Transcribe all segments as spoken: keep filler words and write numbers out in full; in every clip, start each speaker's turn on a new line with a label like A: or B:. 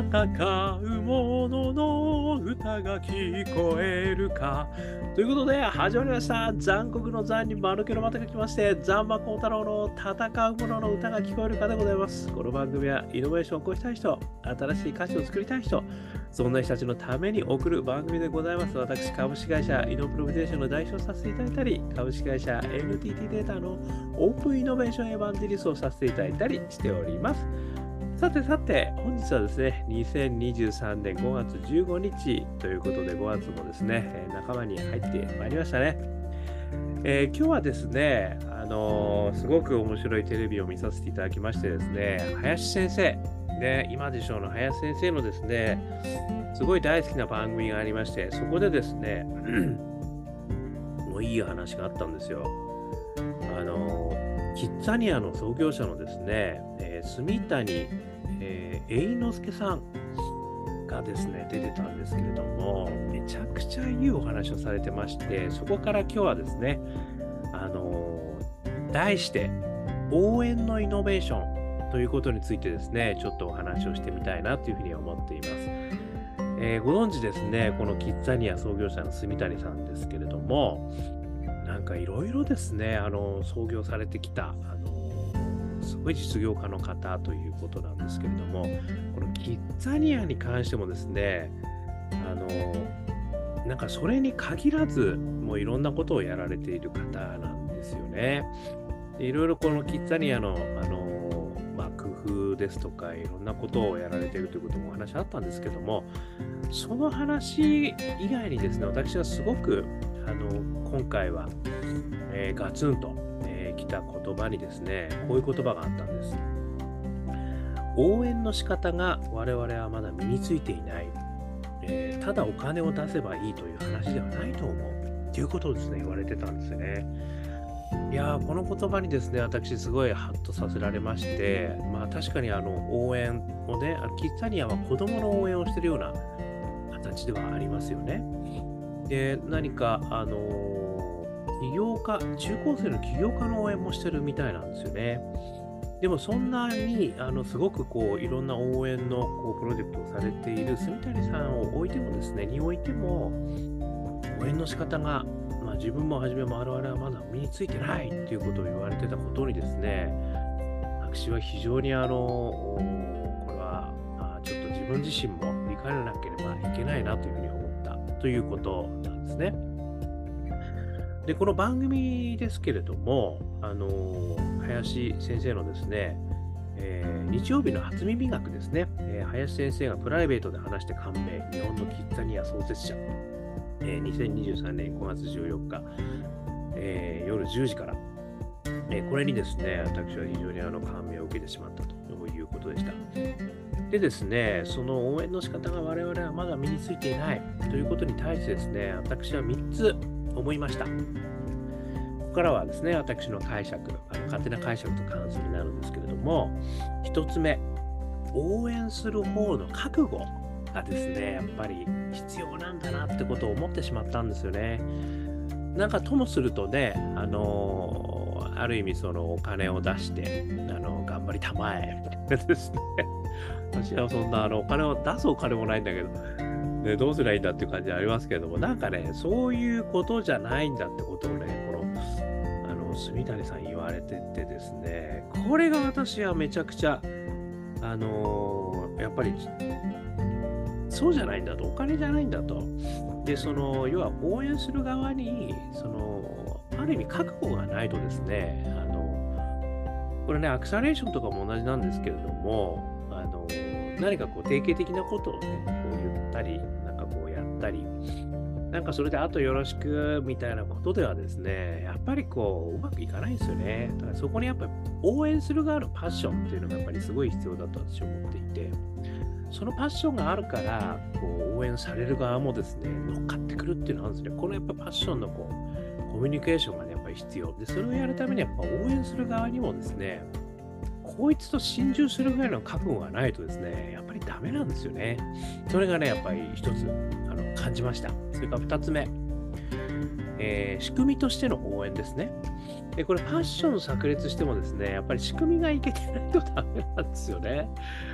A: う者の歌が聞こえるか。ということで、始まりました。残酷の残に丸けのまたが来まして、ザンマコウタロウの戦う者の歌が聞こえるかでございます。この番組はイノベーションを起こしたい人、新しい価値を作りたい人、そんな人たちのために送る番組でございます。私、株式会社イノプロビテーションの代表をさせていただいたり、株式会社 エヌティーティー データのオープンイノベーションエヴァンジェリストをさせていただいたりしております。さてさて、本日はですね、にせんにじゅうさんねんごがつじゅうごにちということで、ごがつもですね、半ばに入ってまいりましたね。えー、今日はですね、あのー、すごく面白いテレビを見させていただきましてですね、林先生、ね、今でしょうの林先生のですね、すごい大好きな番組がありまして、そこでですね、もういい話があったんですよ。あのー、キッザニアの創業者のですね、えー、住谷えー、栄之助さんがですね出てたんですけれども、めちゃくちゃいいお話をされてまして、そこから今日はですね、あのー、題して応援のイノベーションということについてですね、ちょっとお話をしてみたいなというふうに思っています。えー、ご存知ですね、このキッザニア創業者の住谷さんですけれども、なんかいろいろですね、あの創業されてきた、あのすごい実業家の方ということなんですけれども、このキッザニアに関してもですね、あのなんかそれに限らず、もういろんなことをやられている方なんですよね。いろいろこのキッザニアの、あのまあ、工夫ですとか、いろんなことをやられているということもお話あったんですけども、その話以外にですね、私はすごくあの今回は、えー、ガツンと来た言葉にですね、こういう言葉があったんです。応援の仕方が我々はまだ身についていない、えー、ただお金を出せばいいという話ではないと思うということをですね言われてたんですよね。いやー、この言葉にですね、私すごいハッとさせられまして、まあ確かにあの応援をね、キッザニアは子供の応援をしているような形ではありますよね。で、何かあのー起業家、中高生の起業家の応援もしてるみたいなんですよね。でもそんなにあのすごくこういろんな応援のこうプロジェクトをされている住谷さんを置いてもですね、においても応援の仕方が、まあ、自分もはじめも我々はまだ身についてないっていうことを言われてたことにですね、私は非常にあのこれはあちょっと自分自身も理解らなければいけないなというふうに思ったということなんですね。で、この番組ですけれども、あのー、林先生のですね、えー、日曜日の初耳学ですね、えー、林先生がプライベートで話して感銘、日本のキッザニア創設者、えー、にせんにじゅうさんねんごがつじゅうよっか、えー、夜じゅうじから、えー、これにですね、私は非常にあの感銘を受けてしまったということでした。でですね、その応援の仕方が我々はまだ身についていないということに対してですね、私はみっつ思いました。ここからはですね、私の解釈、あの勝手な解釈と関数になるんですけれども、一つ目、応援する方の覚悟がですね、やっぱり必要なんだなってことを思ってしまったんですよね。なんかともするとね、あのー、ある意味そのお金を出して、あの頑張りたまえみたいなですね。私はそんなあのお金を出すお金もないんだけど、ね、どうすりゃいいんだっていう感じはありますけれども、なんかね、そういうことじゃないんだってことをね、この、あの、住谷さん言われててですね、これが私はめちゃくちゃ、あのー、やっぱり、そうじゃないんだと、お金じゃないんだと。で、その、要は応援する側に、その、ある意味覚悟がないとですね、あの、これね、アクセラレーションとかも同じなんですけれども、あの、何かこう定型的なことをね、こう言ったり、なんかこうやったり、なんかそれであとよろしくみたいなことではですね、やっぱりこううまくいかないんですよね。だからそこにやっぱり応援する側のパッションっていうのがやっぱりすごい必要だと私は思っていて、そのパッションがあるから、こう応援される側もですね、乗っかってくるっていうのがあるんですね。このやっぱパッションのこうコミュニケーションがね、やっぱり必要で、それをやるためにやっぱ応援する側にもですね、こいつと心中するぐらいの覚悟がないとですね、やっぱりダメなんですよね。それがね、やっぱり一つあの感じました。それから二つ目、えー、仕組みとしての応援ですね。で、これパッション炸裂してもですね、やっぱり仕組みがいけてないとダメなんですよね。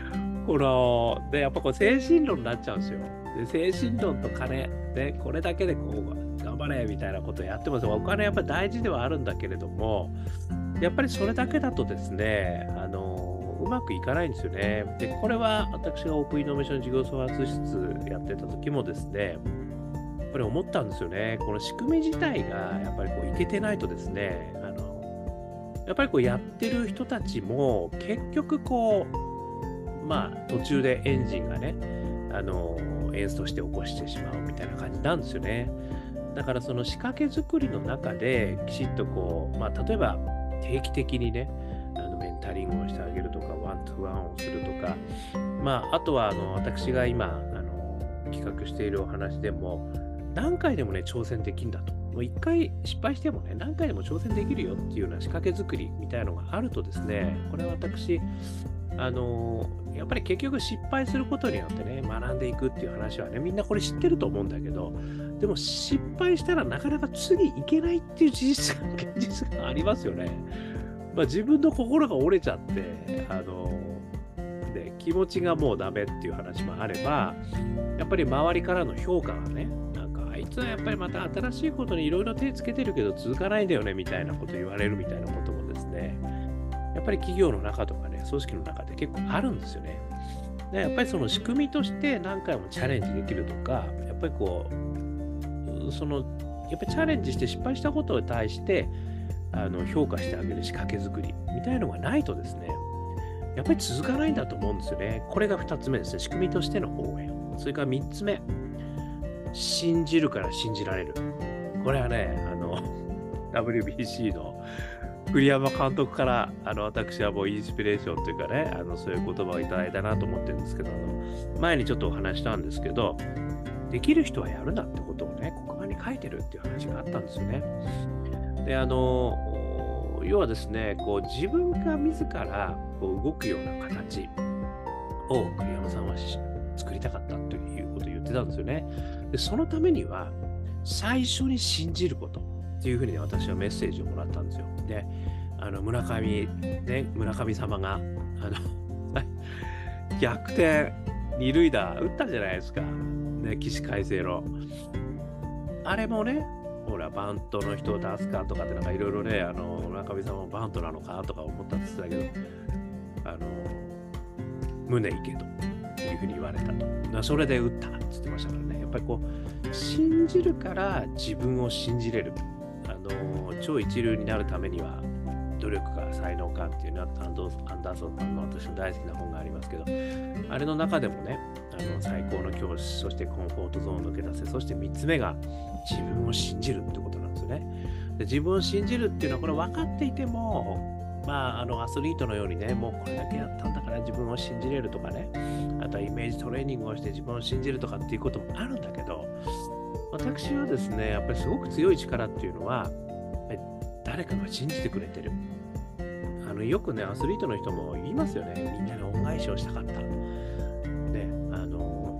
A: この、で、やっぱこう精神論になっちゃうんですよ。で、精神論と金、で、これだけでこう、頑張れみたいなことをやってます。お金やっぱり大事ではあるんだけれども、やっぱりそれだけだとですね、あの、うまくいかないんですよね。で、これは私がオープンイノベーション事業創発室やってた時もですね、やっぱり思ったんですよね。この仕組み自体がやっぱりこういけてないとですね、あの、やっぱりこうやってる人たちも結局こう、まあ途中でエンジンがね、あの、エンストして起こしてしまうみたいな感じなんですよね。だからその仕掛け作りの中できちっとこう、まあ例えば定期的にね、あのメンタリングをしてあげるとか、ワントゥワンをするとか、まああとはあの私が今、あの、企画しているお話でも、何回でもね、挑戦できるんだと。もう一回失敗してもね、何回でも挑戦できるよっていうような仕掛け作りみたいなのがあるとですね、これは私、あのやっぱり結局失敗することによってね、学んでいくっていう話はね、みんなこれ知ってると思うんだけど、でも失敗したらなかなか次いけないっていう事実が、現実がありますよね。まあ自分の心が折れちゃって、あので、気持ちがもうダメっていう話もあれば、やっぱり周りからの評価がね、なんかあいつはやっぱりまた新しいことにいろいろ手つけてるけど続かないんだよねみたいなこと言われるみたいなこともですね、やっぱり企業の中とかね、組織の中で結構あるんですよね。でやっぱりその仕組みとして何回もチャレンジできるとか、やっぱりこう、その、やっぱりチャレンジして失敗したことに対して、あの評価してあげる仕掛け作りみたいなのがないとですね、やっぱり続かないんだと思うんですよね。これがふたつめですね。仕組みとしての応援。それからみっつめ、信じるから信じられる。これはね、あの、ダブリュービーシー の栗山監督から、あの、私はもうインスピレーションというかね、あの、そういう言葉をいただいたなと思ってるんですけど、あの、前にちょっとお話したんですけど、できる人はやるなってことをね、黒板に書いてるっていう話があったんですよね。で、あの、要はですね、こう、自分が自らこう動くような形を栗山さんは作りたかったということを言ってたんですよね。で、そのためには、最初に信じることっていうふうに、ね、私はメッセージをもらったんですよ。で、あの村上、ね、村上様が、あの、逆転、二塁打打ったじゃないですか。ね、起死回生の。あれもね、ほら、バントの人を出すかとかって、なんかいろいろね、あの、村上様もバントなのかとか思ったんですけど、あの、胸いけというふうに言われたと。それで打ったって言ってましたからね。やっぱりこう、信じるから自分を信じれる。あの、超一流になるためには、努力か才能かっていうのはアンドアンダーソンさんの私の大好きな本がありますけど、あれの中でもね、あの最高の教師、そしてコンフォートゾーンを抜け出せ、そしてみっつめが自分を信じるってことなんですよね。で、自分を信じるっていうのはこれ分かっていても、まあ、あのアスリートのようにね、もうこれだけやったんだから自分を信じれるとかね、あとはイメージトレーニングをして自分を信じるとかっていうこともあるんだけど、私はですね、やっぱりすごく強い力っていうのは、誰かが信じてくれてる。あのよくね、アスリートの人も言いますよね。みんなに恩返しをしたかった。ね、あの、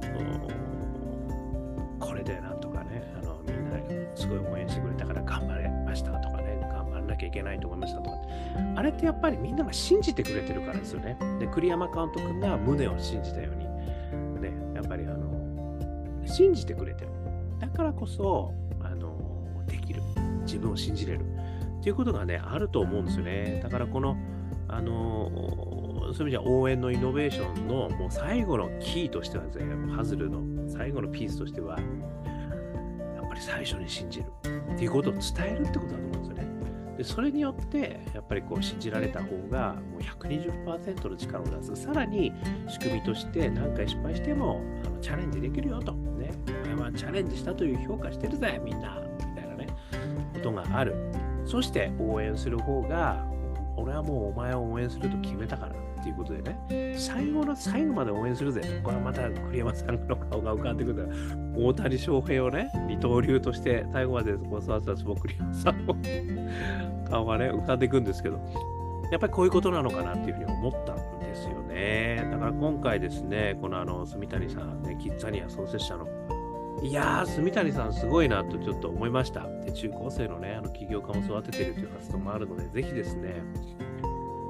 A: これでなんとかね、あのみんなすごい応援してくれたから頑張れましたとかね、頑張らなきゃいけないと思いましたとか。あれってやっぱりみんなが信じてくれてるからですよね。で、栗山監督が胸を信じたように、ね、やっぱりあの、信じてくれてる。だからこそ、あの、できる。自分を信じれる。っていうことがね、あると思うんですよね。だからこの、あのー、そういう意味じゃ応援のイノベーションのもう最後のキーとしてはですね、パズルの最後のピースとしては、やっぱり最初に信じるっていうことを伝えるってことだと思うんですよね。で、それによって、やっぱりこう信じられた方がもう ひゃくにじゅっパーセント の力を出す。さらに仕組みとして何回失敗してもあのチャレンジできるよと。ね、これはチャレンジしたという評価してるぜ、みんな。みたいなね、ことがある。そして応援する方が、俺はもうお前を応援すると決めたからっていうことでね、最後の最後まで応援するぜ。これはまた栗山さんの顔が浮かんでくる。大谷翔平をね、二刀流として最後までこう育てた坪栗山さんの顔がね、浮かんでいくんですけど、やっぱりこういうことなのかなっていうふうに思ったんですよね。だから今回ですね、このあの住谷さん、ね、キッザニア創設者のいやー、住谷さんすごいなとちょっと思いました。で、中高生のね、あの起業家も育ててるという活動もあるので、ぜひですね、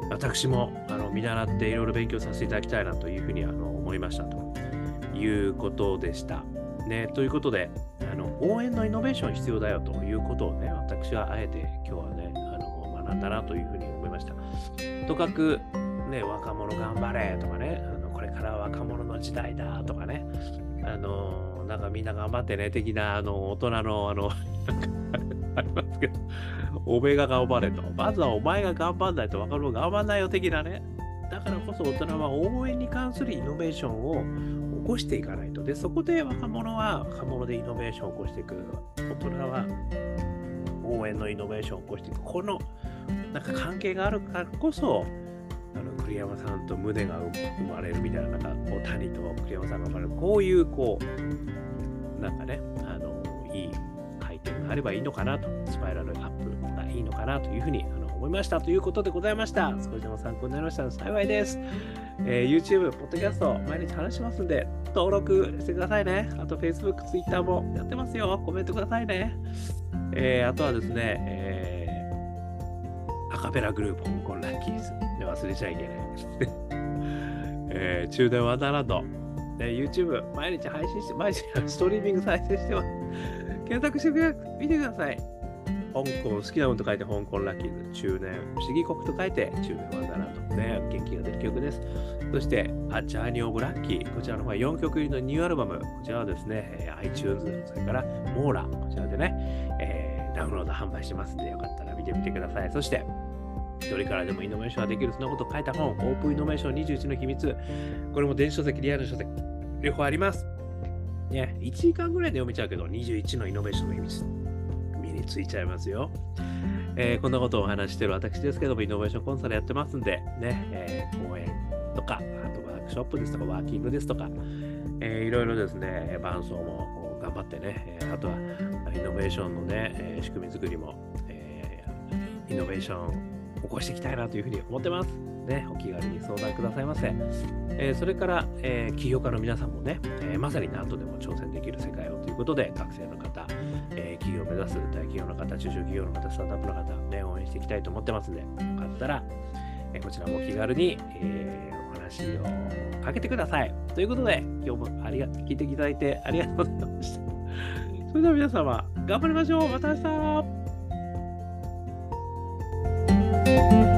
A: 私もあの見習っていろいろ勉強させていただきたいなというふうにあの思いましたということでした。ね、ということであの、応援のイノベーション必要だよということをね、私はあえて今日はね、あの学んだなというふうに思いました。とかく、ね、若者頑張れとかね、あのこれから若者の時代だとかね、あのなんかみんな頑張ってね、的なあの大人のあのありますけど、おめえが頑張れと。まずはお前が頑張んないと若者頑張んないよ的なね。だからこそ大人は応援に関するイノベーションを起こしていかないと。で、そこで若者は若者でイノベーションを起こしていく。大人は応援のイノベーションを起こしていく。このなんか関係があるからこそ、あの栗山さんと宗が生まれるみたいな、なんかこう谷と栗山さんが生まれる。こういうこう、なんかね、あの、いい回転があればいいのかなと、スパイラルアップがいいのかなというふうにあの思いましたということでございました。少しでも参考になりましたら幸いです。えー、YouTube、ポッドキャスト、毎日話しますんで、登録してくださいね。あと、Facebook、Twitter もやってますよ。コメントくださいね。えー、あとはですね、えー、アカペラグループ、香港ラッキーズ。忘れちゃいけない。えー、中電ワンダーランド。ね、YouTube、毎日配信して、毎日ストリーミング再生してます。検索してみてください。香港、好きなものと書いて香港ラッキーズ、中年、不思議国と書いて中年ワンダーランド。ね、元気が出る曲です。そして、A Journey of Lucky、こちらの方はよんきょく入りのニューアルバム、こちらはですね、iTunes、それからモーラ、こちらでね、えー、ダウンロード販売してますんで、よかったら見てみてください。そして、一人からでもイノベーションができる、そんなことを書いた本、オープンイノベーションにじゅういちの秘密。これも電子書籍、リアル書籍、両方あります。ね、いちじかんぐらいで読めちゃうけど、にじゅういちのイノベーションの秘密、身についちゃいますよ。えー、こんなことをお話ししている私ですけども、イノベーションコンサルやってますんで、ね、えー、講演とか、あとワークショップですとか、ワーキングですとか、えー、いろいろですね、伴奏も頑張ってね、えー、あとはイノベーションのね、えー、仕組み作りも、えー、イノベーション起こしていきたいなというふうに思ってます。ね、お気軽に相談くださいませ。えー、それから、えー、起業家の皆さんもね、えー、まさに何とでも挑戦できる世界をということで、学生の方、えー、企業を目指す大企業の方、中小企業の方、スタートアップの方、ね、応援していきたいと思ってますので、よかったら、えー、こちらもお気軽に、えー、お話をかけてください。ということで、今日もありが聞いていただいてありがとうございました。それでは皆様、頑張りましょう。また明日。